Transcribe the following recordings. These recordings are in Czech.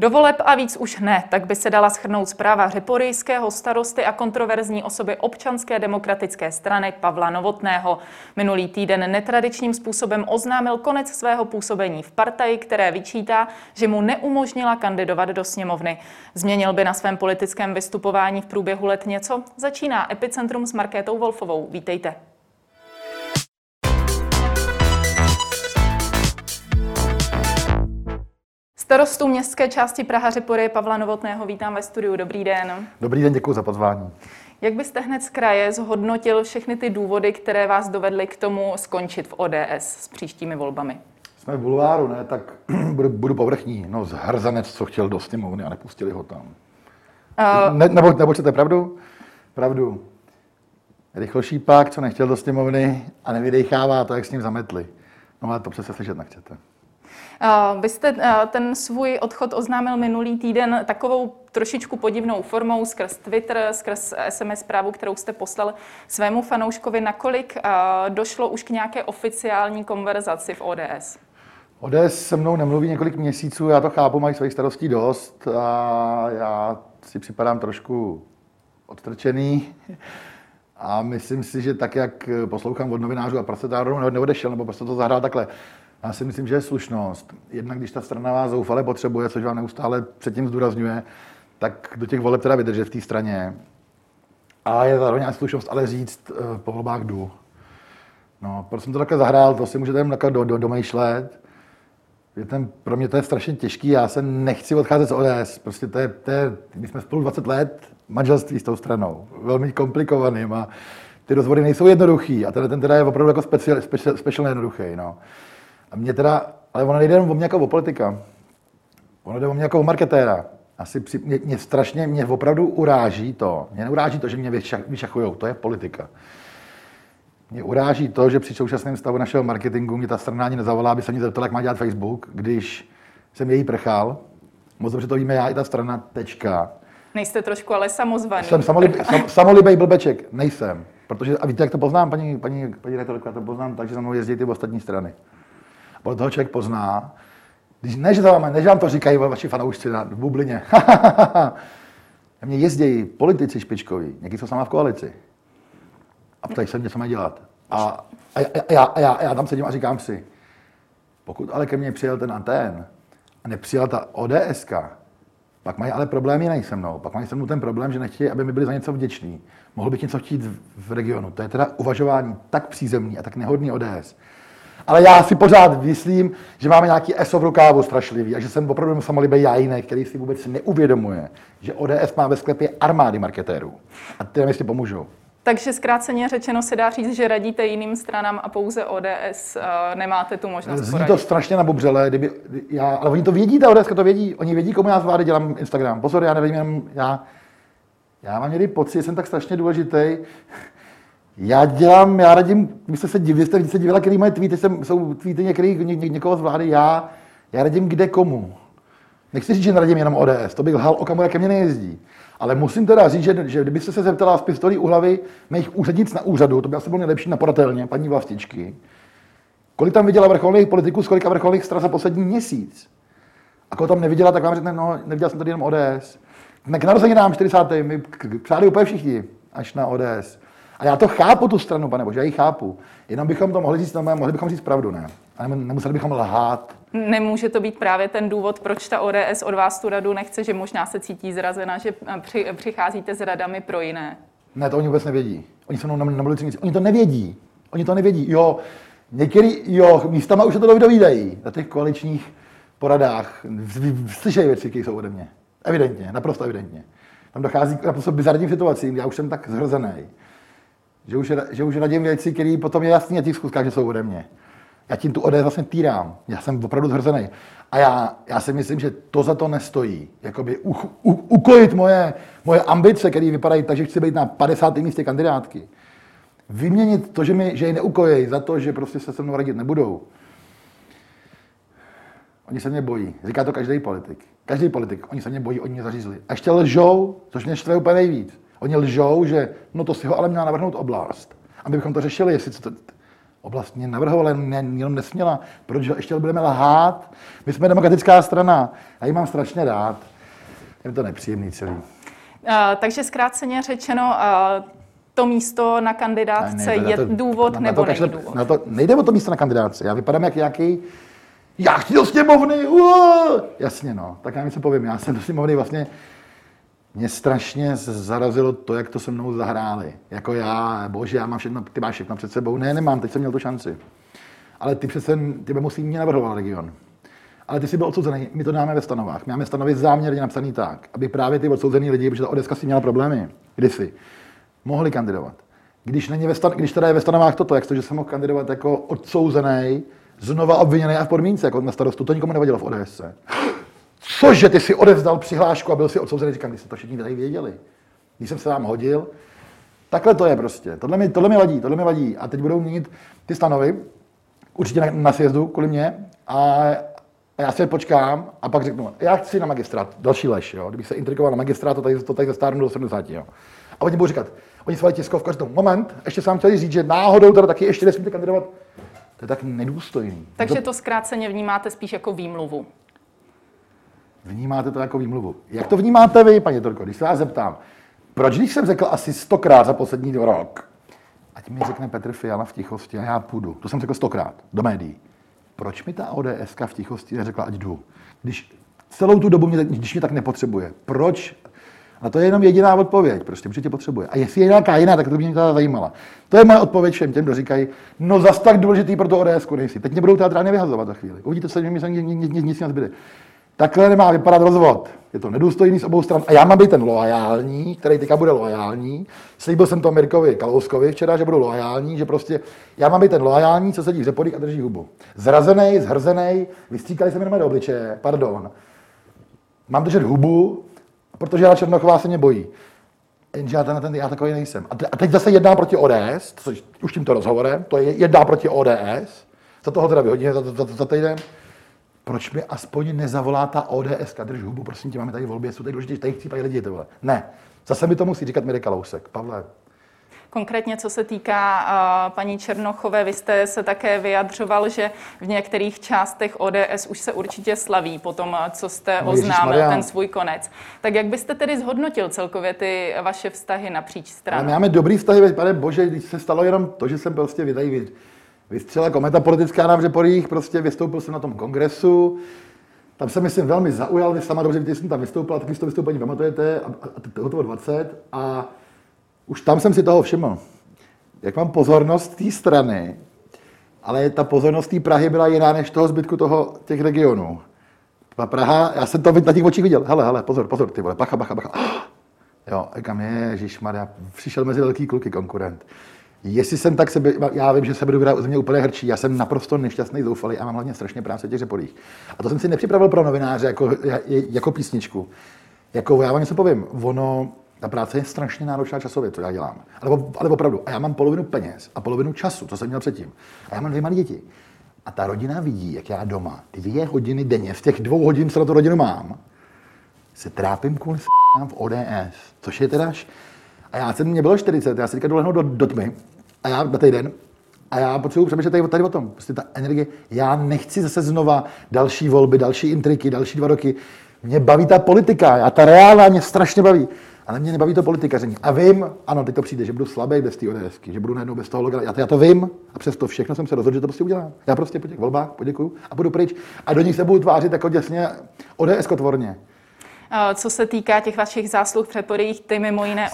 Do voleb a víc už ne, tak by se dala shrnout zpráva řeporyjského starosty a kontroverzní osoby Občanské demokratické strany Pavla Novotného. Minulý týden netradičním způsobem oznámil konec svého působení v partaji, které vyčítá, že mu neumožnila kandidovat do sněmovny. Změnil by na svém politickém vystupování v průběhu let něco? Začíná Epicentrum s Markétou Wolfovou. Vítejte. Starostu městské části Praha Řeporyje Pavla Novotného vítám ve studiu. Dobrý den. Dobrý den, děkuji za pozvání. Jak byste hned z kraje zhodnotil všechny ty důvody, které vás dovedly k tomu skončit v ODS s příštími volbami? Jsme v bulváru, ne? Tak budu povrchní. No, zhrzanec, co chtěl do sněmovny a nepustili ho tam. Nebo chcete pravdu? Pravdu. Rychlošípák, co nechtěl do sněmovny a nevydechává to, jak s ním zametli. No ale to přece slyšet nechcete. Vy jste ten svůj odchod oznámil minulý týden takovou trošičku podivnou formou skrz Twitter, skrz SMS zprávu, kterou jste poslal svému fanouškovi. Nakolik došlo už k nějaké oficiální konverzaci v ODS? ODS se mnou nemluví několik měsíců, já to chápu, mají svých starostí dost a já si připadám trošku odtrčený. A myslím si, že tak, jak poslouchám od novinářů a prostě neodešel, nebo prostě to zahrál takhle. Já si myslím, že je slušnost. Jednak když ta strana vás zoufale potřebuje, což vám neustále předtím zdůrazňuje, tak do těch voleb teda vydržet v té straně. A je zároveň slušnost, ale říct po volbách jdu. No, proč jsem to takhle zahrál, to si můžete jen takhle domýšlet. Pro mě to je strašně těžký, já se nechci odcházet z ODS. Prostě my jsme spolu 20 let manželství s tou stranou, velmi komplikovaným a ty rozvody nejsou jednoduchý a ten teda je opravdu jako speciálně jednoduchý, no. A mě teda, ale ono nejde jenom o mě jako o politika, ono jde o mě jako o marketéra. Mě opravdu uráží to, mě neuráží to, že mě vyšachujou, to je politika. Mě uráží to, že při současném stavu našeho marketingu mě ta strana ani nezavolá, aby se mě zeptala, jak má dělat Facebook, když jsem její prchal. Moc dobře to víme já i ta strana, tečka. Nejste trošku ale samozvaný. Jsem samolibej blbeček, nejsem. Protože, a víte, jak to poznám, paní redaktorka, to poznám tak, že za mnou jezdí ty ostatní strany. A podle toho člověk pozná, než vám to říkají vaši fanoušci v bublině. A mě jezdí politici špičkoví, někdy jsou sama v koalici. A ptají se mě, co mají dělat. A já tam sedím a říkám si, pokud ale ke mně přijel ten Antén a nepřijela ta ODSka, pak mají ale problém jiný se mnou. Pak mají se mnou ten problém, že nechtějí, aby mi byli za něco vděční. Mohl bych něco chtít v regionu. To je teda uvažování tak přízemní a tak nehodný ODS. Ale já si pořád myslím, že máme nějaký ESO v rukávu strašlivý a že jsem opravdu samolibý jájinek, který si vůbec neuvědomuje, že ODS má ve sklepě armády marketérů. A ty nám ještě pomůžou. Takže zkráceně řečeno se dá říct, že radíte jiným stranám a pouze ODS nemáte tu možnost poradit. Zní to strašně nabubřele, ale oni to vědí, ta ODS to vědí. Oni vědí, komu já z vlády dělám Instagram. Pozor, já nevím, jenom já mám někdy pocit, že jsem tak strašně důležitý. Já radím, vy jste se divila, který moje tweety, jsou tweety někoho z vlády, já radím kde komu. Nechci říct, že neradím jenom ODS, to bych lhal, Okamura ke mně nejezdí. Ale musím teda říct, že kdybyste se zeptala z pistolí u hlavy mých úřednic na úřadu, to by asi bylo nejlepší napadatelně, paní Vlastičky, kolik tam viděla vrcholných politiků, z kolika vrcholných stran za poslední měsíc. A koho tam neviděla, tak vám řekne, no, neviděl jsem tady jenom ODS. K narozeninám 40. mi přáli úplně všichni, až na ODS. A já to chápu, tu stranu, pane bože, já ji chápu. Jenom bychom to mohli bychom říct pravdu, ne? A nemuseli bychom lhát. Nemůže to být právě ten důvod, proč ta ODS od vás tu radu nechce, že možná se cítí zrazena, že přicházíte s radami pro jiné? Ne, to oni vůbec nevědí. Oni se mnou nebyli nic. Oni to nevědí. Jo, místama už se to dovídají na těch koaličních poradách. Slyšejí věci, které jsou ode mě. Evidentně, naprosto evidentně. Tam dochází k naprosto bizarním situacím, já už jsem tak zhrzený. Že už radím věci, které potom je jasný na těch schůzkách, že jsou ode mě. Já tím tu ODS vlastně týrám. Já jsem opravdu zhrzený. A já si myslím, že to za to nestojí. Jakoby ukojit moje ambice, které vypadají tak, že chci být na 50. místě kandidátky. Vyměnit to, že je neukojí za to, že prostě se mnou radit nebudou. Oni se mě bojí. Říká to každý politik. Každý politik. Oni se mě bojí, oni mě zařízli. A ještě lžou, což mě štve úplně nejvíc. Oni lžou, že no to si ho ale měla navrhnout oblast. A my bychom to řešili, jestli oblastně navrhovala, jenom nesměla. Proč ještě budeme lhát? My jsme demokratická strana. Já ji mám strašně rád. Je to nepříjemný celý. Takže zkráceně řečeno, to místo na kandidátce je důvod nebo není důvod? Nejde o to místo na kandidátce. Já vypadám jak nějaký... Já chci do sněmovny! Jasně, no. Tak já něco povím. Já jsem do sněmovny vlastně... Mě strašně zarazilo to, jak to se mnou zahráli. Jako bože, já mám všechno, ty máš všechno před sebou. Ne, nemám, teď jsem měl tu šanci. Ale ty přece, musí mě navrhoval region. Ale ty jsi byl odsouzený, my to dáme ve stanovách. My máme stanovy záměrně napsaný tak, aby právě ty odsouzený lidi, protože ta ODS si měla problémy, kdysi, mohli kandidovat. Když teda je ve stanovách toto, jak to, že jsem mohl kandidovat jako odsouzený, znova obviněný a v podmínce, jako na starostu, to nikomu nevadilo v ODS. Cože, ty si odevzdal přihlášku a byl si odsouzený, říkám, když jste to všichni tady věděli. Když jsem se vám hodil, takhle to je prostě. Tohle mi vadí. A teď budou měnit ty stanovy, určitě na sjezdu kvůli mě, a já si je počkám a pak řeknu, já chci na magistrát, další lež, jo. Kdybych se intrikoval na magistrát, to tady zestárnu do 70, jo. A oni budou říkat, oni svali tiskovku a říkají, moment, ještě jsem vám chtěl říct, že náhodou teda taky ještě nesmíte kandidovat. To je tak nedůstojný. Takže to zkráceně vnímáte spíš jako výmluvu. Vnímáte to jako výmluvu. Jak to vnímáte vy, paní Torko, když se vás zeptám, proč když jsem řekl asi 100krát za poslední rok, ať mi řekne Petr Fiala v tichosti a já půjdu, to jsem řekl 100krát do médií, proč mi ta ODSka v tichosti neřekla, ať jdu, když celou tu dobu když mě tak nepotřebuje, proč? A to je jenom jediná odpověď, prostě určitě potřebuje. A jestli je nějaká jiná, tak to by mě teda zajímala. To je moje odpověď všem těm, kdo říkají, no zas tak důležitý pro to ODSku nejsi. Teď mě budou teatrálně vyhazovat za chvíli. Uvidíte, co mi nic nezbyde. Takhle nemá vypadat rozvod. Je to nedůstojný z obou stran. A já mám být ten loajální, který teďka bude loajální. Slíbil jsem to Mirkovi Kalouskovi včera, že budu loajální, že prostě já mám být ten loajální, co sedí v řeporích a drží hubu. Zrazenej, zhrzenej, vystříkali se mi do obličeje, pardon. Mám držet hubu, protože Jana Černochová se mě bojí. Jenže já takový nejsem. A teď zase jedná proti ODS, což už tímto rozhovorem, to je jedná proti ODS, za toho teda vyhodíme za týden. Proč mi aspoň nezavolá ta ODS, drž hubu, prosím tě, máme tady volby, jsou tady důležitý, tady chcípají lidi, tohle. Ne, zase mi to musí říkat Mirek Kalousek. Pavle. Konkrétně, co se týká paní Černochové, vy jste se také vyjadřoval, že v některých částech ODS už se určitě slaví po tom, co jste oznámil ten svůj konec. Tak jak byste tedy zhodnotil celkově ty vaše vztahy napříč stranou? My máme dobrý vztahy, pane bože, když se stalo jenom to, že jsem prostě vystřelil kometa politická na Řeporích, prostě vystoupil jsem na tom kongresu, tam se myslím velmi zaujal, vy sama dobře víte, že jsem tam vystoupil, taky si to vystoupení pamatujete, a hotovo 20 a už tam jsem si toho všiml. Jak mám pozornost té strany, ale ta pozornost té Prahy byla jiná než toho zbytku těch regionů. Ta Praha, já jsem to na těch očích viděl, hele, pozor, ty vole, bacha. Jo, říkám, ježišmarja, přišel mezi velký kluky konkurent. Jestli jsem tak já vím, že sebedůvěra ze mě úplně hrčí, já jsem naprosto nešťastný, zoufalý a mám hlavně strašně práce těch Řeporích. A to jsem si nepřipravil pro novináře jako písničku. Jako já vám něco povím, ta práce je strašně náročná časově, co já dělám. Ale opravdu, a já mám polovinu peněz a polovinu času, co jsem měl předtím. A já mám 2 malé děti. A ta rodina vidí, jak já doma 2 hodiny denně, z těch 2 hodin, co na tu rodinu mám, se trápím kvůli v ODS, což je teda. A mě bylo 40, já si teďka dolehnu do tmy, a já na týden, a já potřebuji přemýšlet tady o tom. Prostě ta energie, já nechci zase znova další volby, další intriky, další 2 roky. Mě baví ta politika, ta reálná mě strašně baví, ale mě nebaví to politikaření. A vím, ano, teď to přijde, že budu slabý bez té ODSky, že budu najednou bez toho loga. Já to vím a přesto všechno jsem se rozhodl, že to prostě udělám. Já prostě po těch volbách poděkuju a budu pryč a do nich se budu tvářit jako děsně ODS-kotvorně. Co se týká těch vašich zásluh v Řeporích, ty mimo jiné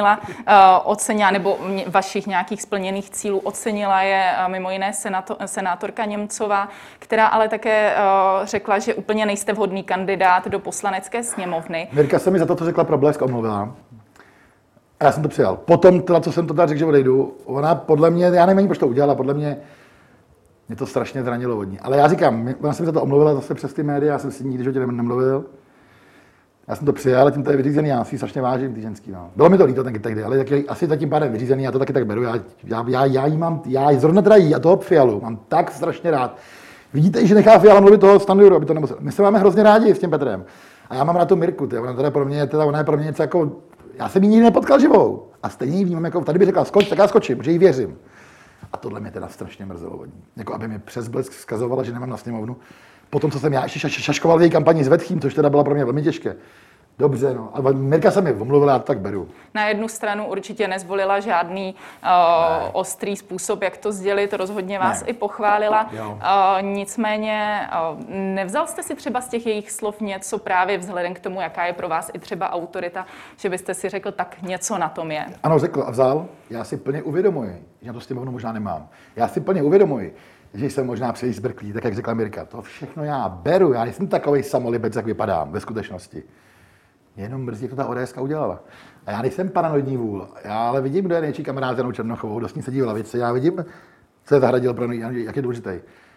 ocenila, nebo vašich nějakých splněných cílů ocenila je mimo jiné senátorka Němcová, která ale také řekla, že úplně nejste vhodný kandidát do poslanecké sněmovny. Mirka se mi za to, co řekla pro Blesk, omluvila. A já jsem to přijal. Potom, co jsem to tady řekl, že odejdu, ona podle mě, já nevím, proč to udělala, podle mě to strašně zranilo od ní. Ale já říkám, ona se mi za to omluvila zase přes ty média, já jsem si nikdy životě nemluvil. Já jsem to přijal, ale tím to je vyřízený, já si strašně vážím ty ženský. No. Bylo mi to líto tehdy, ale asi za tím pádem vyřízený, já to taky tak beru. Já zrovna teda jí a toho Fialu mám tak strašně rád. Vidíte, že nechá Fiala mluvit toho Stanjuru, aby to nemusel. My se máme hrozně rádi s tím Petrem. A já mám rád tu Mirku, ona je pro mě něco jako, já jsem ji nikdy nepotkal živou. A stejně ji vnímám jako, tady bych řekla skoč, tak já skočím, že jí věřím. A tohle mě teda strašně mrzelo od ní. Jako aby mi přes blesk vzkazovala, že nemám na sněmovnu. Potom, co jsem já ještě šaškoval její kampani s Vetchým, což teda bylo pro mě velmi těžké. Dobře, no. Ale Mirka se mi omluvila, já to tak beru. Na jednu stranu určitě nezvolila žádný ostrý způsob, jak to sdělit, rozhodně vás i pochválila. Nicméně nevzal jste si třeba z těch jejich slov něco právě vzhledem k tomu, jaká je pro vás i třeba autorita, že byste si řekl, tak něco na tom je? Ano, řekl a vzal. Já si plně uvědomuji, že na to sněmovnu možná nemám. Já si plně uvědomuji, že jsem možná příliš zbrklý, tak jak řekla Mirka. To všechno já beru, já nejsem takovej samolibec, jak vypadám ve skutečnosti. Jenom mrzí, jak to ta ODS udělala. A já nejsem paranoidní vůl. Já ale vidím, kdo je největší kamarád s Janou Černochovou, kdo s ní sedí v lavici. Já vidím, co je Zahradil pro něj, jak je důležitý.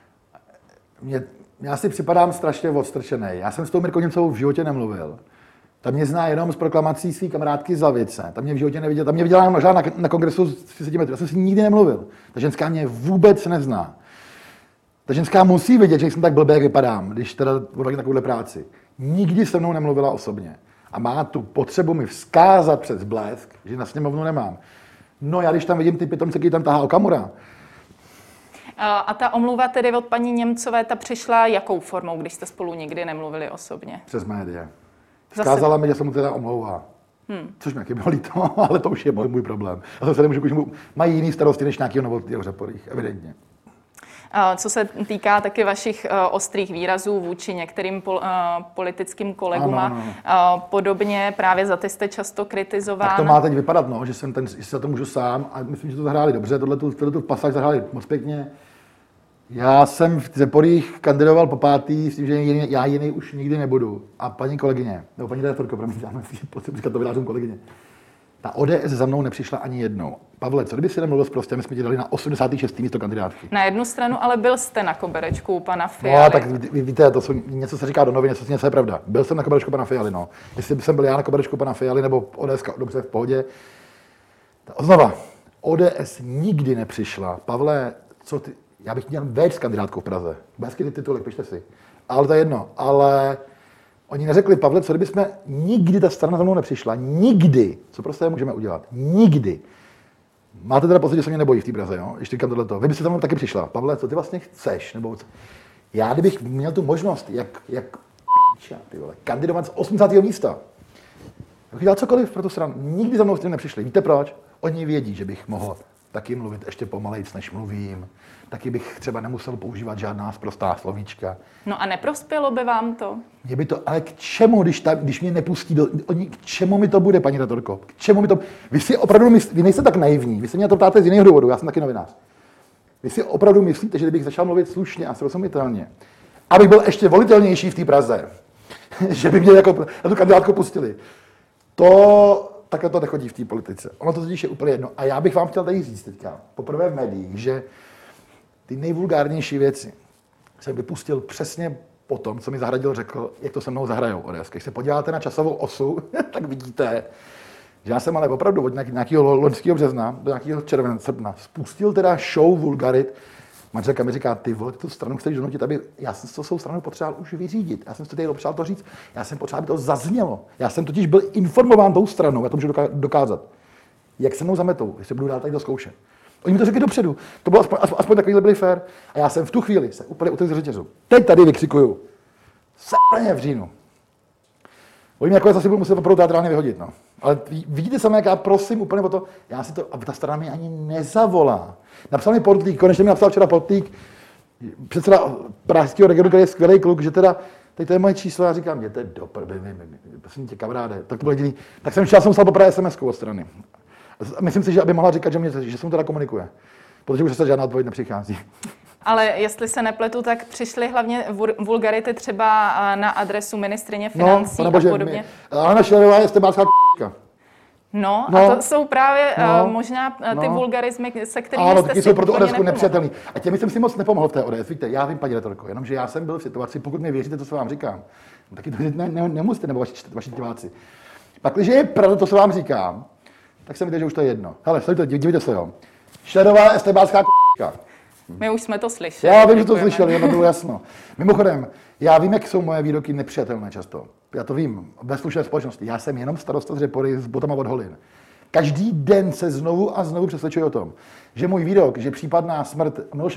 Já si připadám strašně odstrčený. Já jsem s tou Mirkou Němcovou v životě nemluvil. Ta mě zná jenom z proklamací svý kamarádky z lavice. Ta mě v životě neviděla. Ta mě viděla možná na kongresu s 30 metrů. Já jsem si nikdy nemluvil. Ta ženská mě vůbec nezná. Ta ženská musí vědět, že jsem tak blbý, jak vypadám, když teda odvádím takovouhle práci. Nikdy se mnou nemluvila osobně. A má tu potřebu mi vzkázat přes blesk, že na sněmovnu nemám. No já když tam vidím ty pitomce, který tam tahá Okamura. A ta omluva tedy od paní Němcové, ta přišla jakou formou, když jste spolu nikdy nemluvili osobně? Přes média. Vzkázala mi, že se mu teda omlouvá. Což mě bylo líto, ale to už je můj problém. A zase nemůžu, že mají jiný starosti než nějakého Novotného Řeporých, evidentně. Co se týká taky vašich ostrých výrazů vůči některým politickým kolegům a podobně, právě za ty jste často kritizován. Tak to má teď vypadat, no, že jsem že se za to můžu sám a myslím, že to zahráli dobře, tohletu pasáž zahráli moc pěkně. Já jsem v Řeporích kandidoval po pátý, s tím, že já jiný už nikdy nebudu. A paní kolegyně, nebo paní redaktorko, promiňte, já mám pocit říkat to vyjádřím kolegyně. Ta ODS za mnou nepřišla ani jednou. Pavle, co kdyby si nemluvil prostě, my jsme ti dali na 86. místo kandidátky. Na jednu stranu, ale byl jste na koberečku u pana Fialy. No, tak vy víte, to jsou, něco se říká do novin, něco je pravda. Byl jsem na koberečku pana Fialy, no. Jestli jsem byl já na koberečku pana Fialy, nebo ODS, dobře, v pohodě. Znova, ODS nikdy nepřišla. Pavle, co ty, já bych měl vést kandidátku v Praze. Hezký titulek, pište si. Ale to je jedno, ale oni neřekli, Pavle, co kdyby jsme nikdy ta strana za mnou nepřišla, nikdy, co prostě můžeme udělat, nikdy. Máte teda pocit, že se mě nebojí v té Praze, jo? Ještě říkám tohleto. Vy byste za mnou taky přišla. Pavle, co ty vlastně chceš? Nebo co? Já, kdybych měl tu možnost, ty vole, kandidovat z 80. místa, bych dělal cokoliv pro tu stranu. Nikdy za mnou s tím nepřišli. Víte proč? Oni vědí, že bych mohl taky mluvit ještě pomalejc, než mluvím. Taky bych třeba nemusel používat žádná sprostá slovíčka. No a neprospělo by vám to? Mě by to, ale k čemu, když mě nepustí k čemu mi to bude, paní redaktorko? K čemu mi to? Vy si opravdu myslíte, vy nejste tak naivní, vy se mě na to ptáte z jiného důvodu, já jsem taky novinář. Vy si opravdu myslíte, že kdybych začal mluvit slušně a srozumitelně, abych byl ještě volitelnější v té Praze, že by mě jako na tu kandidátku pustili. Takhle to nechodí v té politice. Ono to totiž je úplně jedno. A já bych vám chtěl tady říct teďka, poprvé v médiích, že ty nejvulgárnější věci jsem vypustil přesně po tom, co mi Zahradil řekl, jak to se mnou zahrajou ODS. Když se podíváte na časovou osu, tak vidíte, že já jsem ale opravdu od nějakého loňského března do nějakého srpna spustil teda show Vulgarit. Manželka mi říká, ty vole, tu stranu chceš donutit, aby já jsem to svou stranu potřeboval už vyřídit. Já jsem si tady potřeboval to říct. Já jsem potřeboval, aby to zaznělo. Já jsem totiž byl informován tou stranou, já to můžu dokázat. Jak se mnou zametou, jestli budu dál tady do zkoušet. Oni mi to řekli dopředu. To bylo aspoň takovýhle byli fér. A já jsem v tu chvíli se úplně utekl z řetězu. Teď tady vykřikuju. S***ně v říjnu. Oni nakonec asi budu muset opravdu teatrálně vyhodit, no. Ale vidíte sami, jak já prosím úplně o to, já si to, a ta strana mi ani nezavolá. Napsal mi Portlík, konečně mi napsal včera Portlík, předseda pražského regionu, který je skvělý kluk, že teda, teď to je moje číslo, já říkám, jděte do prosím tě, kamaráde, tak to bylo jediný. Tak jsem musel popravit SMS-ku od strany. Myslím si, že aby mohla říkat, že se mu teda komunikuje, protože už se žádná odpověď nepřichází. Ale jestli se nepletu, tak přišly hlavně vulgarity třeba na adresu ministryně financí a podobně. Ale naše Schillerová je stebácká k***ka. No, a to jsou právě možná ty vulgarizmy, se kterými jste si úplně jsou pro tu ODSku nepřijatelný. A těmi jsem si moc nepomohl v té ODS. Víte, já vím, paní redaktorko, jenomže já jsem byl v situaci, pokud mi věříte, to, co vám říkám, taky to nemusíte, nebo vaši diváci. Pak, když je pravda to, co vám říkám, tak se mi že už to je jedno. Hele, dívejte se, jo. Schillerová je stebácká k***ka. My už jsme to slyšeli. Já vím, že to slyšeli, jenom bylo jasno. Mimochodem, já vím, jak jsou moje výroky nepřijatelné často. Já to vím, ve slušné společnosti. Já jsem jenom starosta z Řepory s botama od holin. Každý den se znovu a znovu přesvědčuji o tom, že můj výrok, že případná smrt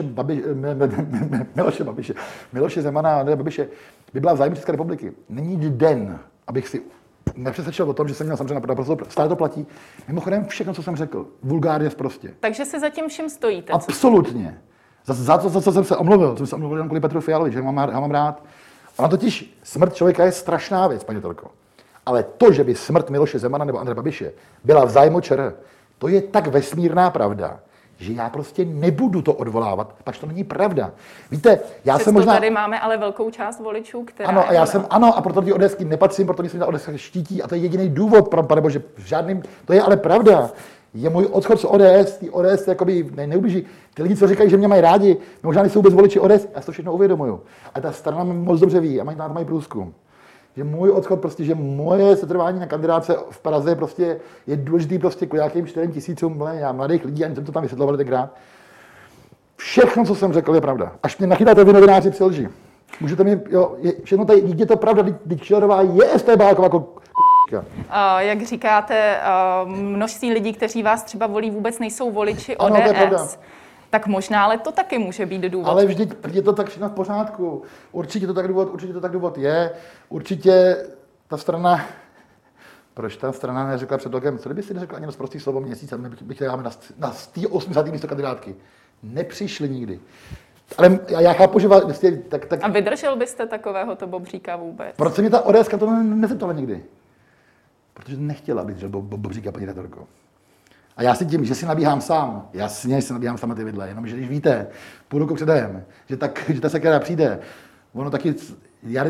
Miloše Zemana a Andreje Babiše by byla v zájmu České republiky. Není den, abych si nepřesvědčil o tom, že jsem měl samozřejmě naprosto, stále to platí. Mimochodem všechno, co jsem řekl, vulgárně prostě. Takže si za tím vším stojíte? Absolutně. Za to, co jsem se omluvil jenom kvůli Petru Fialovi, že ho mám rád. Ona totiž, smrt člověka je strašná věc, paní Telko. Ale to, že by smrt Miloše Zemana nebo Andreje Babiše byla v zájmu ČR, to je tak vesmírná pravda, že já prostě nebudu to odvolávat, pač to není pravda. Víte, já jsem možná... tady máme ale velkou část voličů, která... Ano, a proto ty ODSky nepatřím, proto jsem ta ODS štítí a to je jediný důvod, panebože, žádným, to je ale pravda. Je můj odchod z ODS, ty ODS jakoby neublíží. Ty lidi, co říkají, že mě mají rádi, možná nejsou vůbec voliči ODS, já si to všechno uvědomuju. A ta strana moc dobře ví a mají průzkum. Že můj odchod, prostě, že moje setrvání na kandidáce v Praze prostě je důležitý prostě k nějakým 4 000 mladých lidí, ani jsem to tam vysvětlovali tenkrát. Všechno, co jsem řekl, je pravda. Až mě nachytáte vy novináři při lži. Můžete mi, jo, všechno tady, je to pravda, teď Schillerová je STBáková jako jak říkáte, množství lidí, kteří vás třeba volí, vůbec nejsou voliči ODS. Ano, to je pravda. Tak možná, ale to taky může být důvod. Ale vždyť je to tak všechno v pořádku. Určitě to tak důvod je. Určitě ta strana... Proč ta strana neřekla před rokem? Co kdyby si neřekla ani prostý slovo měsíc a my bych dáme na 80. místo kandidátky? Nepřišli nikdy. Ale já chápu, že vás... Tak... A vydržel byste takovéhoto bobříka vůbec? Proč se mě ta ODSka to nezeptala nikdy? Protože nechtěla, aby držel bobříka, paní redaktorko. A já si tím, že si nabíhám sám, jasně si nabíhám sama ty vidle, jenomže když víte, půl roku předem, že ta sekera přijde, ono taky, já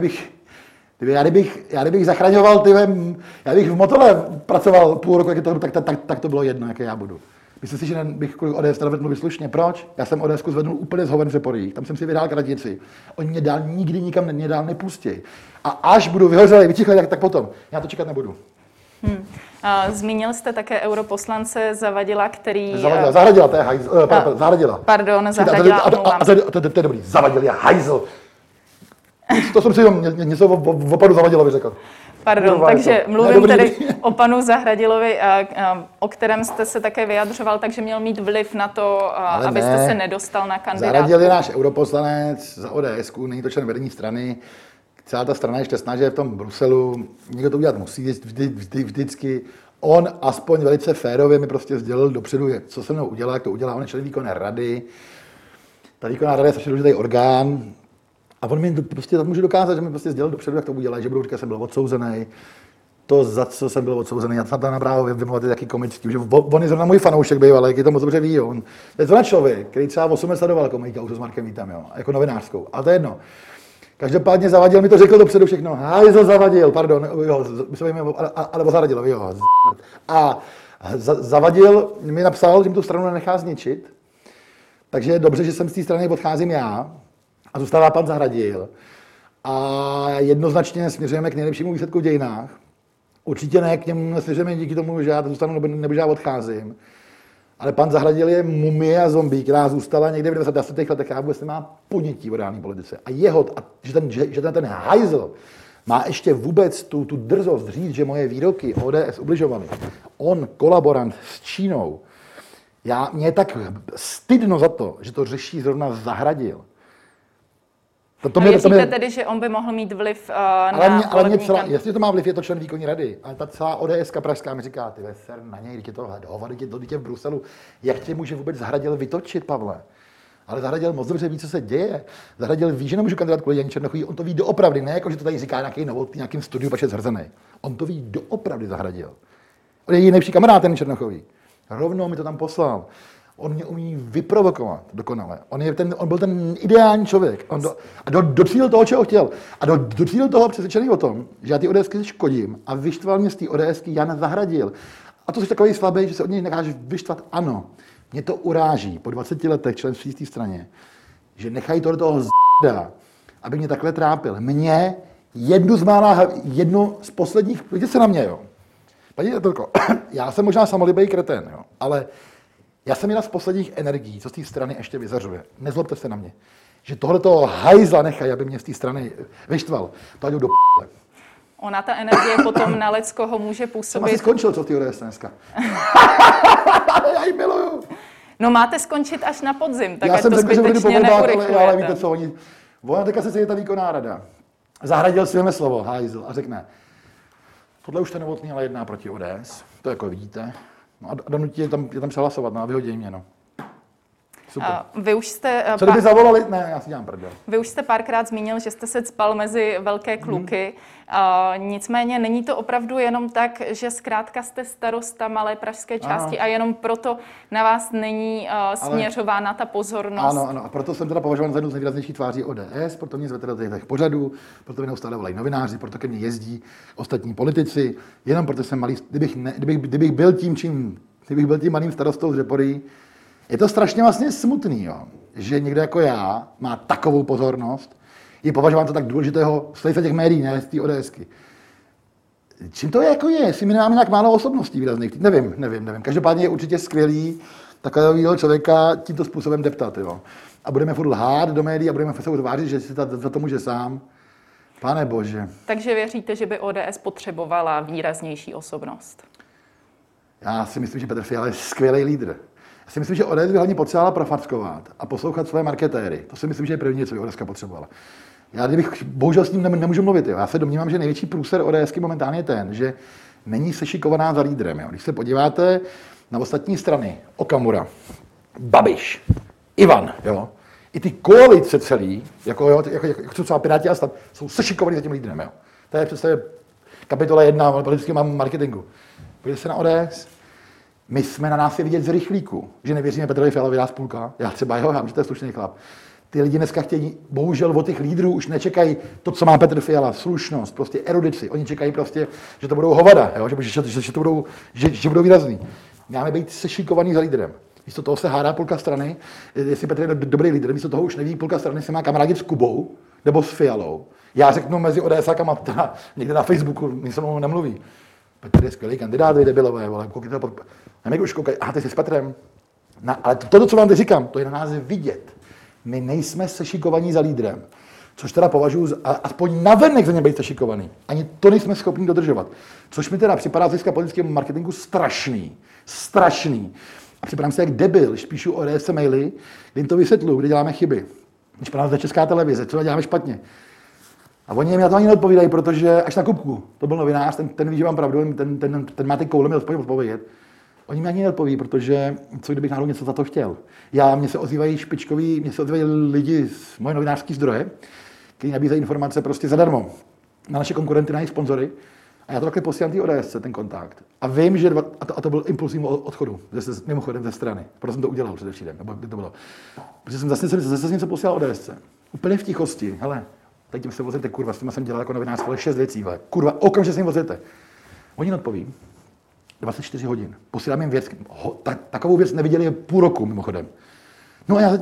kdybych zachraňoval, já bych v Motole pracoval půl roku, tak to bylo jedno, jaké já budu. Myslím si, že bych kvůli ODS vedl vyslušně. Proč? Já jsem ODSku zvednul úplně z hoven v Řeporích, tam jsem si vydal kratici. Oni mě dál nikdy nikam nepustí. A až budu vyhořelý, vyčichlej, tak potom. Já to čekat nebudu. Zmínil jste také europoslance Zavadila, který... Zahradila, to je hajzl. Zahradila. Pardon, Zahradila, omlouvám se. To je dobrý, Zavadil je hajzl. To jsem si něco o panu Zavadilovi řekl. Pardon, takže mluvím tedy o panu Zahradilovi, o kterém jste se také vyjadřoval, takže měl mít vliv na to, abyste se nedostal na kandidátku. Zahradil je náš europoslanec za ODS, není to člen vedení strany. Celá ta strana je šťastná, že je v tom Bruselu. Někdo to udělat musí vždycky. On aspoň velice férově mi prostě sdělil dopředu, co se mnou udělá, jak to udělá. On je člen výkonné rady. Ta výkonná rada je strašně důležitý orgán. A on mi prostě může dokázat, že mi prostě sdělil dopředu, jak to udělá, že budu říkat, že jsem byl odsouzený. To, za co jsem byl odsouzený, já jsem tam napravil vymluvat je taky komický, že on je zrovna můj fanoušek bývalý, jaký to moc dobře ví. On je zrovna člověk, který třeba 8 let sledoval komedii s Markem Vítem, jo, jako novinářskou, ale to je jedno. Každopádně Zavadil mi to řekl dopředu všechno. Hajzl Zavadil, pardon, jo, alebo Zahradil, jo. A Zavadil mi napsal, že mi tu stranu nenechá zničit, takže je dobře, že jsem z té strany odcházím já a zůstává pan Zahradil. A jednoznačně směřujeme k nejlepšímu výsledku v dějinách. Určitě ne k němu směřujeme díky tomu, že já zůstanu nebo že já odcházím. Ale pan Zahradil je mumie a zombie, která zůstala někde v 90. letech a vůbec nemá ponětí o reální politice. A že ten hajzl má ještě vůbec tu drzost říct, že moje výroky ODS ubližovaly. On, kolaborant s Čínou, mě je tak stydno za to, že to řeší zrovna Zahradil. Věříte tedy, že on by mohl mít vliv na volební kampaň? Jestli to má vliv, je to člen výkonní rady, ale ta celá ODSka pražská mi říká, ty ser na něj, když je to hovady, dítě v Bruselu, jak tě může vůbec Zahradil vytočit, Pavle? Ale Zahradil moc dobře ví, co se děje. Zahradil ví, že nemůžu kandidát kvůli Janě Černochový, on to ví doopravdy, ne jako, že to tady říká nějaký Novotný, nějakým studiu, pač je zhrzený. On to ví doopravdy, Zahradil. On je její nejlepší kamarád, ten Černochový. Rovnou mi to tam poslal. On mě umí vyprovokovat dokonale. On byl ten ideální člověk. Docílil toho, čeho chtěl. A docílil toho přesvědčený o tom, že já ty ODSky škodím a vyštval mě z té ODSky Jan Zahradil. A to jsi takový slabý, že se od něj necháš vyštvat. Ano, mě to uráží po 20 letech členství v té straně, že nechají to do toho z***a, aby mě takhle trápil. Mě jednu z posledních, vidíte se na mě, jo. Paní redaktorko, já jsem možná samolibý kretén, jo, ale já jsem jedna z posledních energií, co z té strany ještě vyzařuje. Nezlobte se na mě. Že tohle toho hajzla nechají, aby mě z té strany vyštval. To jdou do p***le. Ona ta energie potom na leckoho může Jsem působit. asi skončil, co ty ODS dneska. Já ji miluju. No máte skončit až na podzim, tak Já ať jsem to řekl, že budu po zbytečně volbách, ale neurychlujete. víte co, ona teďka se sejde ta výkonná rada. Zahradil si slovo, hajzl, a řekne, tohle už ten Novotný ale jedná proti ODS, to jako vidíte. No a donutí je tam přehlasovat, no a vyhodí mě, no. Super. Vy už jste, Co kdyby zavolali? Ne, já si dělám prdel. Vy už jste párkrát zmínil, že jste se cpal mezi velké kluky. Nicméně není to opravdu jenom tak, že zkrátka jste starosta malé pražské části a jenom proto na vás není směřována ta pozornost. Ano, a proto jsem teda považován za jednu z nejvýraznějších tváří ODS, proto mě zvete do těch pořadů, proto mě neustále volají novináři, proto ke mně jezdí ostatní politici, jenom protože jsem malý, kdybych byl tím malým starostou z Řeporyjí. Je to strašně vlastně smutný, jo, že někdo jako já má takovou pozornost, je považován za tak důležitého z těch médií, ne z té ODSky. Čím to jako je? Jestli my nemáme nějak málo osobností výrazných? Nevím. Každopádně je určitě skvělý takového člověka tímto způsobem deptat, jo. A budeme furt lhát do médií a budeme se utvářit, že si za to může sám. Pane bože. Takže věříte, že by ODS potřebovala výraznější osobnost? Já si myslím, že Petr Fiala je skvělý lídr. Já si myslím, že ODS by hlavně potřebovala profackovat a poslouchat své marketéry. To si myslím, že je první, co by ODS potřebovala. Já bohužel s ním nemůžu mluvit. Jo. Já se domnívám, že největší průser ODSky momentálně je ten, že není sešikovaná za lídrem. Jo. Když se podíváte na ostatní strany, Okamura, Babiš, Ivan, jo, i ty koalice celý, jako třeba Piráti a Stan, jsou sešikovaný za tím lídrem. Jo. To je přesně kapitola 1 politického marketingu. Podívejte se na ODS. My jsme na nás je vidět z rychlíku, že nevěříme Petrovi Fialovi, dá spůlka. Já třeba já vím, že to je slušný chlap. Ty lidi dneska chtějí, bohužel od těch lídrů už nečekají to, co má Petr Fiala, slušnost, prostě erudici. Oni čekají prostě, že to budou hovada, jo? Že budou výrazný. Máme být sešikovaný za lídrem. Místo toho se hádá půlka strany, jestli Petr je dobrý lídr, místo toho už neví půlka strany, se má kamarádit s Kubou nebo s Fialou. Já řeknu mezi ODSákama, někde na Facebooku, nic se mnou nemluví. Petr je skvělý kandidát, vy debilové, vole, koukejte pod... A my už koukají, ty jsi s Petrem. Ale to, co vám teď říkám, to je na nás vidět. My nejsme sešikovaní za lídrem, což teda považuji aspoň navenek za ně být sešikovaný. Ani to nejsme schopni dodržovat. Což mi teda připadá z hlediska politického marketingu strašný. A připadám se jak debil, když píšu ODS maily, kdy jim to vysvětluju, kde děláme chyby. Když pro nás jde Česká televize, co děláme špatně. A oni mi na to ani neodpovídají, protože až na Kupku, to byl novinář, ten ví, že mám pravdu, ten má ty koule mi odpovědět. Oni mi ani neodpoví, protože co kdybych náhodou něco za to chtěl. Mně se ozývají lidi z moje novinářské zdroje, kteří nabízejí informace prostě zadarmo na naše konkurenty, na jejich sponzory. A já to takhle posílám té ODS, ten kontakt. A vím, že a to byl impulsivní odchodu, mimochodem ze strany. Proto jsem to udělal především, nebo kdy to bylo. Protože jsem zase něco posílal ODS. Úplně v tichosti, hele. Teď tím se vozíte, kurva, s tím jsem dělal jako novinář, 6 věcí, vole. Kurva, okamžitě se jim vozíte. Oni neodpoví. 24 hodin. Posílám jim věc. Takovou věc neviděli půl roku, mimochodem. No a já teď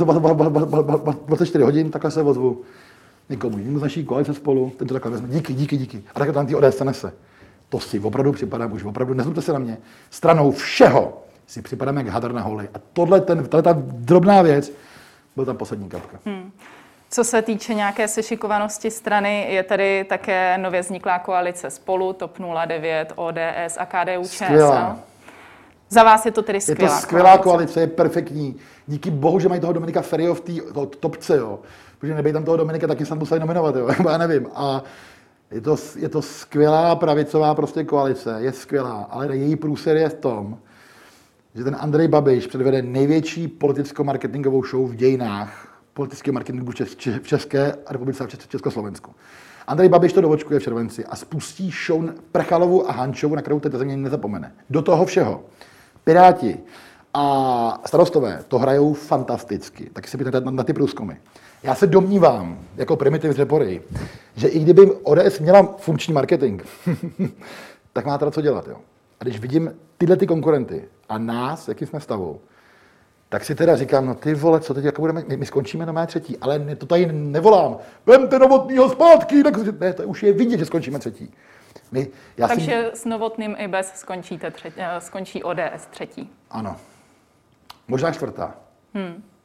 24 hodin, takhle se ozvu někomu jinému z naší koalice Spolu, ten to takhle vezme. Díky. A takhle tam ty ODS nese. To si opravdu připadám, už opravdu, nezlobte se na mě, stranou všeho si připadám jak hadr na holi. A tohle ta drobná věc, byl tam poslední kapka. Co se týče nějaké sešikovanosti strany, je tady také nově vzniklá koalice Spolu, TOP 09, ODS a KDU-ČSL. Za vás je to tedy skvělá koalice? Je to skvělá koalice, je perfektní. Díky bohu, že mají toho Dominika Feriho v té topce, jo. Protože nebej tam toho Dominika, taky snad museli nominovat, jo. Já nevím. A je to skvělá pravicová prostě koalice, je skvělá, ale její průser je v tom, že ten Andrej Babiš předvede největší politicko-marketingovou show v dějinách politického marketingu v České republice a v Československu. Andrej Babiš to dovočkuje v červenci a spustí show Prchalovu a Hančovu, na kterou této země nezapomene. Do toho všeho Piráti a starostové to hrajou fantasticky. Tak si pěte na ty průzkumy. Já se domnívám, jako primitiv z Řeporyjí, že i kdyby ODS měla funkční marketing, tak má teda co dělat. Jo? A když vidím tyhle ty konkurenty a nás, jaký jsme stavu, tak si teda říkám, no ty vole, co teď jako budeme, my skončíme na mé třetí, ale to tady nevolám, vemte Novotnýho zpátky, tak ne, to už je vidět, že skončíme třetí. Takže s Novotným i bez skončí ODS třetí. Ano. Možná čtvrtá.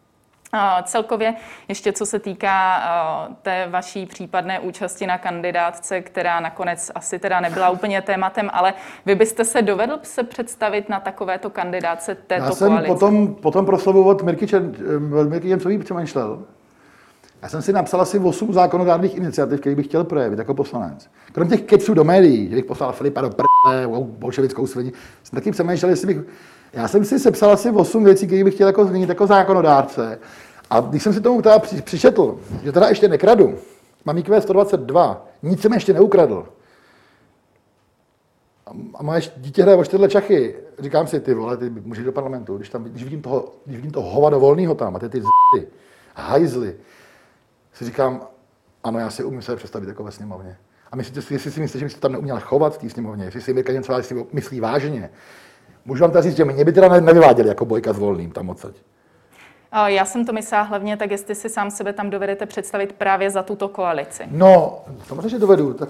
Celkově ještě co se týká té vaší případné účasti na kandidátce, která nakonec asi teda nebyla úplně tématem, ale vy byste se dovedl se představit na takovéto kandidátce této koalice? Já jsem potom proslovu od Mirky Němcové přemýšlel. Já jsem si napsal asi 8 zákonodárných iniciativ, které bych chtěl projevit jako poslanec. Krom těch keců do médií, že bych poslal Filipa do bolševickou svini, jsem taky přemýšlel, jestli bych... Já jsem si sepsal asi 8 věcí, které bych chtěl jako změnit jako zákonodárce. A když jsem si tomu teda přičetl, že teda ještě nekradu, mám IQ 122, nic jsem ještě neukradl. A moje dítě hraje o 4 čachy. Říkám si, ty vole, ty můžeš do parlamentu, když vidím toho hovado volnýho tam a ty hajzly, si říkám, ano, já si umím se představit jako ve sněmovně. A jestli si myslíte, že bych se tam neuměl chovat v té sněmovně, jestli si Mirka Němcová myslí vážně, můžu vám teda říct, že mě by teda nevyváděli jako Bojka s Volným tam odsaď. Já jsem to myslela hlavně tak, jestli si sám sebe tam dovedete představit právě za tuto koalici. No, samozřejmě, že dovedu, tak...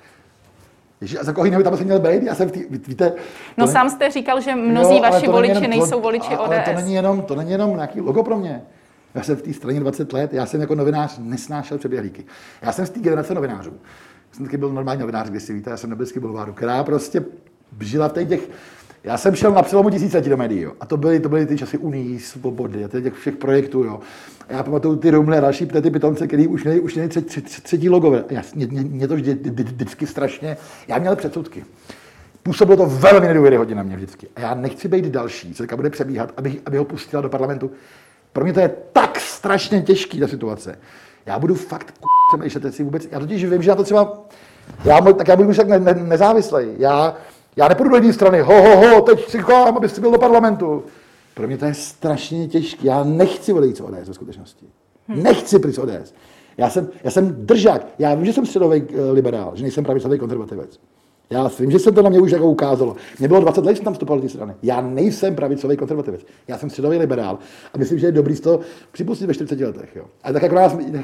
Ježi, a za koho jiného tam jsem měl být? Já jsem víte... No sám jste říkal, že mnozí vaši voliči nejsou voliči ODS. Ale to není jenom nějaký logo pro mě. Já jsem v té straně 20 let, já jsem jako novinář nesnášel přeběhlíky. Já jsem z té generace novinářů. Jsem taky byl normální novinář, když si víte, já jsem na Beský bulváru, která prostě žila v těch... Já jsem šel na přelomu tisíciletí do médií, jo. A to byly ty časy Unii, Svobody a těch všech projektů, jo. A já pamatuju ty Rumle a další ty pitomce, který už měli třetí logo. Mě to vždycky strašně... Já měl předsudky. Působilo to velmi nedůvěryhodně na mě vždycky. A já nechci být další, co teďka bude přebíhat, aby ho pustila do parlamentu. Pro mě to je tak strašně těžký, ta situace. Já budu fakt přemýšlet si vůbec... Já totiž vím, že já to třeba... Já budu však nezávislý. Já nepůjdu do jedné strany, teď si chám, abys byl do parlamentu. Pro mě to je strašně těžké. Já nechci odejít z ODS ve skutečnosti. Nechci pryč z ODS. Já jsem držák. Já vím, že jsem středový liberál, že nejsem pravicový konzervativec. Já vím, že se to na mě už jako ukázalo. Mě bylo 20 let, jsem tam vstupoval do té strany. Já nejsem pravicový konzervativec. Já jsem středový liberál a myslím, že je dobrý z toho připustit ve 40 letech. Jo. A tak jako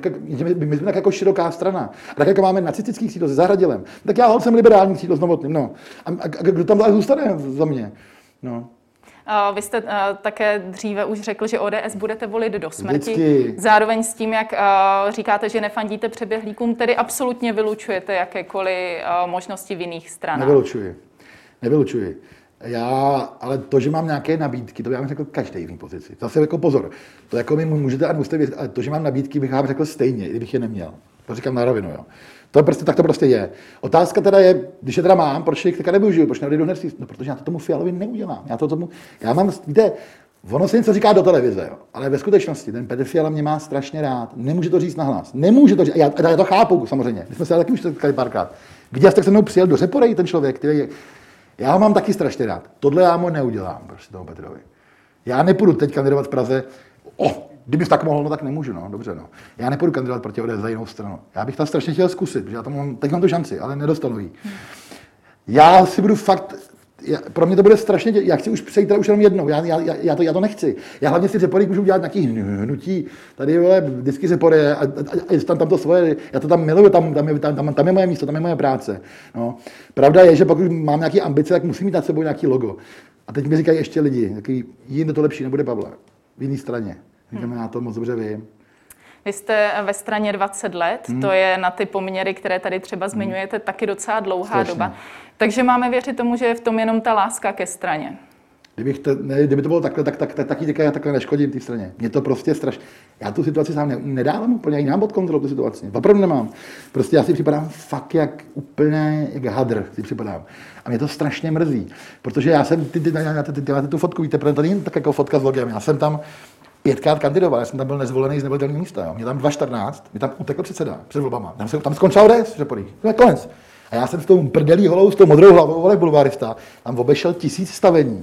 my jsme tak jako široká strana. A tak jako máme nacistický křídlo se Zahradilem, tak já jsem liberální křídlo s Novotným. No. A kdo tam zůstane za mě? No. Vy jste také dříve už řekl, že ODS budete volit do smrti. Vždycky. Zároveň s tím, jak říkáte, že nefandíte přeběhlíkům, tedy absolutně vylučujete jakékoliv možnosti v jiných stranách. Nevylučuji. Ale to, že mám nějaké nabídky, to bych vám řekl každý v mý pozici. Zase jako pozor, to jako mi můžete a musíte vědět, ale to, že mám nabídky, bych vám řekl stejně, i kdybych je neměl. To říkám na rovinu, jo. Tak to prostě je. Otázka teda je, když je teda mám, proč jich teďka nevyužiju, proč neodejdu hned? No, protože já to tomu Fialovi neudělám. Já mám, víte, ono se něco říká do televize, jo, ale ve skutečnosti ten Petr Fiala mě má strašně rád. Nemůže to říct nahlas. Nemůže to říct. Já to chápu, samozřejmě. My jsme se taky už setkali párkrát. Viděl jste, jak se mnou přijel do Řeporej ten člověk, který je... Já ho mám taky strašně rád. Tohle já mu neudělám, prostě tomu Petrovi. Já nepůjdu teď kandidovat v Praze. Kdybych tak mohl, no tak nemůžu, no, dobře, no. Já nepůjdu kandidovat proti ODS za jinou stranu. Já bych tam strašně chtěl zkusit, protože teď mám tu šanci, ale nedostanu ji. Já si budu fakt, pro mě to bude strašně, já chci už přejít teda už jenom jednou, já to nechci. Já hlavně si Řepory můžu udělat nějaký hnutí, tady vole, vždycky Řepory a tam to svoje, já to tam miluju, tam je moje místo, tam je moje práce. No. Pravda je, že pokud mám nějaké ambice, tak musím mít nad sebou nějaký logo. A teď mi říkají ještě lidi, takový, jinde to lepší nebude Pavla, v jiné straně. Já to moc dobře vím. Vy jste ve straně 20 let, to je na ty poměry, které tady třeba zmiňujete, taky docela dlouhá doba. Takže máme věřit tomu, že je v tom jenom ta láska ke straně. Kdyby to bylo takhle, tak já takhle neškodím té straně. Mě to prostě strašně. Já tu situaci sám nedávám úplně, já nemám pod kontrolou tu situaci. Opravdu nemám. Prostě já si připadám fakt jak hadr si připadám. A mě to strašně mrzí, protože já jsem, ty máte tu fotku, víte, protože to není tak jako fotka s logem. Já jsem tam 5krát kandidoval, já jsem tam byl nezvolený z nevolitelného místa. Jo. Mě tam 2014, mě tam utekl předseda před volbama. Tam skončil ODS, Řepory. To je konec. A já jsem s tou prdelí holou, s tou modrou hlavou, vole, bulvárista, tam obešel 1000 stavení.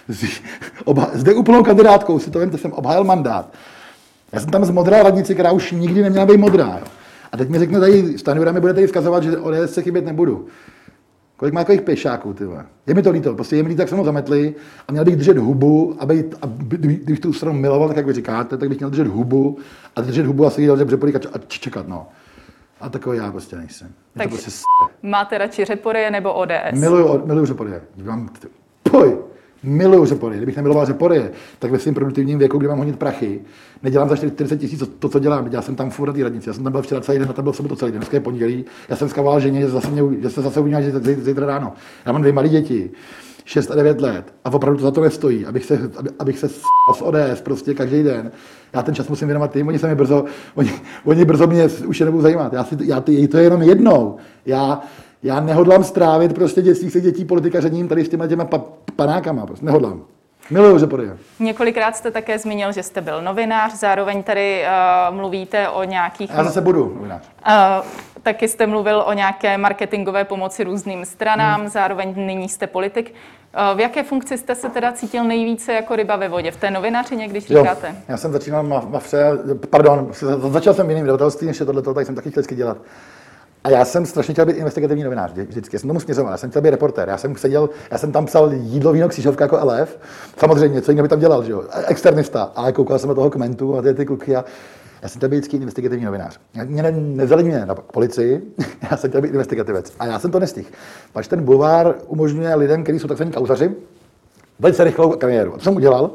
Zde úplnou kandidátkou si to vím, jsem obhájil mandát. Já jsem tam z modré radnici, která už nikdy neměla být modrá. Jo. A teď mi řekne tady, Stanjura mi bude tady vzkazovat, že ODS se chybět nebudu. Kolik má takových pešáků, ty vole. Je mi to líto, prostě je mi líto, jak se mnou zametli a měl bych držet hubu, kdybych tu stranu miloval, tak jak vy říkáte, tak bych měl držet hubu a držet hubu a sedět v Řepory a čekat, no. A takový já prostě nejsem. Takže máte radši Řepory nebo ODS? Miluju Řepory. Miluju Řepory. Kdybych nemiloval Řepory, tak ve svém produktivním věku, kdy mám honit prachy, nedělám za 40 000 to, co dělám. Dělal jsem tam furt na té radnici. Já jsem tam byl včera celý den, a tam byl sobotu celý den. Dneska je pondělí. Já jsem skával ženě, že se zase uvidíme, že zítra ráno. Já mám 2 malé děti, 6 a 9 let, a opravdu to za to nestojí, abych se z ODS prostě každý den. Já ten čas musím věnovat tím, oni brzo mě už je nebudou zajímat. To je jenom jednou. Já nehodlám strávit prostě dětství se dětí politikařením tady s těma panákama. Prostě nehodlám. Miluju Řepory. Několikrát jste také zmínil, že jste byl novinář, zároveň tady mluvíte o nějakých... Já zase budu novinář. Taky jste mluvil o nějaké marketingové pomoci různým stranám, zároveň nyní jste politik. V jaké funkci jste se teda cítil nejvíce jako ryba ve vodě? V té novinářině, když říkáte? Jo, já jsem začínal začal jsem v jiném vydavatelství, než je tohleto, tak jsem taky chtěl vždycky dělat. A já jsem strašně chtěl být investigativní novinář, vždycky. Já jsem tomu směřoval, já jsem chtěl být reportér, já jsem tam psal jídlo, víno, křížovka jako elef. Samozřejmě, co jiného by tam dělal, že jo? Externista. Ale koukal jsem do toho kmentu a ty kluky a já jsem chtěl být vždycky investigativní novinář. Mě nevzali mě na policii, já jsem chtěl být investigativec. A já jsem to nestihl. Pač ten bulvár umožňuje lidem, kteří jsou takzvaní kauzaři, velice rychlou kariéru. A to jsem udělal.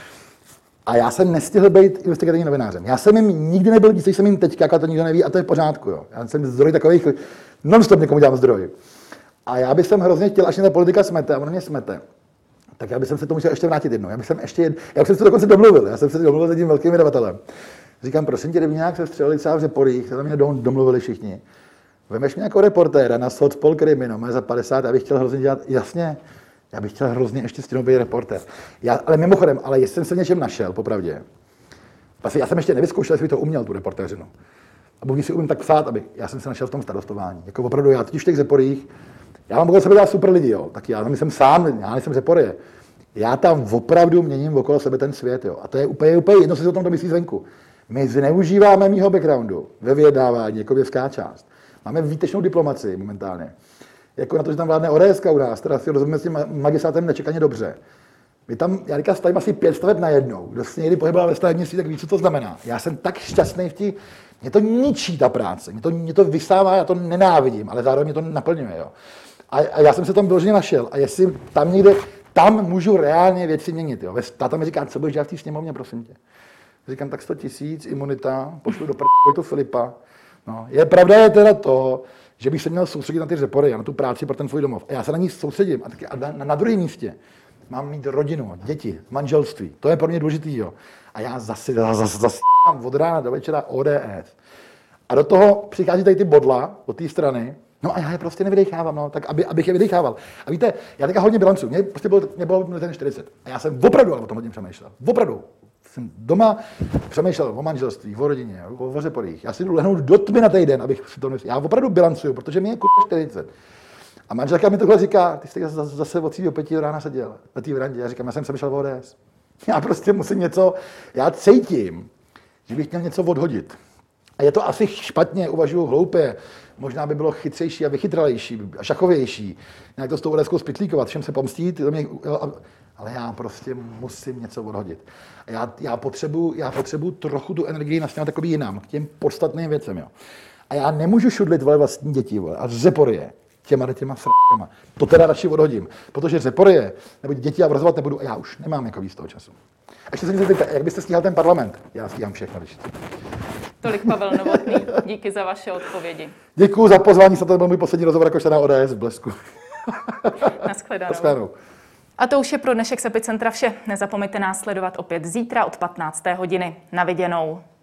A já jsem nestihl být investigativním novinářem. Já jsem jim nikdy nebyl nic, jsem jim teď, a to nikdo neví, a to je v pořádku. Jo. Já jsem zdroj takových, non-stop někomu dělám zdroj. A já bych hrozně chtěl, až mě ta politika smete, a ono mě smete, tak já bych se tomu chtěl ještě vrátit jednou. Já už jsem se dokonce domluvil. Já jsem se domluvil s tím velkým vydavatelem. Říkám, prosím tě, kdyby nějak se střelili třeba v Řeporích, to mě domluvili všichni. Vemeš mě jako reportéra na Socpol Krimino, má za 50, já bych chtěl hrozně dělat, jasně. Já bych chtěl hrozně ještě s tím být reportér. Ale mimochodem, jestli jsem se v něčem našel, popravdě. Vlastně já jsem ještě nevyzkoušel, jestli to uměl, tu reportéřinu. A Bůh si umím tak psát, já jsem se našel v tom starostování. Jako opravdu, já totiž v těch Řeporích, já mám okolo sebe dělat super lidi, jo. Tak já tam jsem sám, já nejsem Řepory. Já tam opravdu měním okolo sebe ten svět, jo. A to je úplně jedno, co si o tom to myslí zvenku. My zneužíváme mýho backgroundu ve vyjednávání jako vědecká část. Máme výtečnou diplomaci momentálně. Jako na to, že tam vládne ODS u nás, teda si rozumíme s tím magistrátem nečekaně dobře. My tam, já říkám, stavím asi 5 staveb najednou. Kdo se někdy pohyboval ve stavebnictví, tak ví, co to znamená. Já jsem tak šťastný mě to ničí ta práce, mě to vysává, já to nenávidím, ale zároveň mě to naplňuje. Jo. A já jsem se tam vyloženě našel. A jestli tam někde, tam můžu reálně věci měnit. Jo. Táta mi říká, co budeš dělat v té sněmovně, prosím tě. Říkám, tak 100 000, imunita, pošlu do to Filipa. No, pravda je teda to, že bych se měl soustředit na ty Řepory a na tu práci pro ten svůj domov. A já se na ní soustředím. A na druhém místě mám mít rodinu, děti, manželství. To je pro mě důležitý. Jo. A já zase od rána do večera ODS. A do toho přichází tady ty bodla od té strany. No a já je prostě nevydechávám, no, tak abych je vydechával. A víte, já teďka hodně bilancu. Mě bylo ten 40. A já jsem opravdu o tom hodně přemýšlel. Opravdu. Jsem doma přemýšlel o manželství, o rodině, o Řeporích. Já si jdu lehnout do tmy na týden, abych si to nesl. Já opravdu bilancuju, protože mi je 40. A manželka mi tohle říká, ty jsi zase od 3 do 5 rána seděl na té verandě. Já říkám, já jsem přemýšlel o ODS. Já prostě musím něco, já cítím, že bych měl něco odhodit. A je to asi špatně, uvažuju hloupě. Možná by bylo chytřejší a vychytralejší a šachovější. Nějak to s tou ODSkou spitlíkovat, všem se pomstít. Ale já prostě musím něco odhodit. A já potřebuju trochu tu energii nasměrovat takový jinam, k těm podstatným věcem. Jo. A já nemůžu šudlit vlastní děti a Řepory těma sračkama. To teda radši odhodím, protože Řepory nebo děti já vrazovat nebudu a já už nemám jako víc toho času. A ještě se mi zeptejte, jak byste stíhal ten parlament? Já stíhám všechno, když... Tolik Pavel Novotný, díky za vaše odpovědi. Děkuji za pozvání, to byl můj poslední rozhovor jako člena ODS v Blesku. Naschledanou. A to už je pro dnešek z Epicentra vše. Nezapomeňte nás sledovat opět zítra od 15. hodiny. Na viděnou.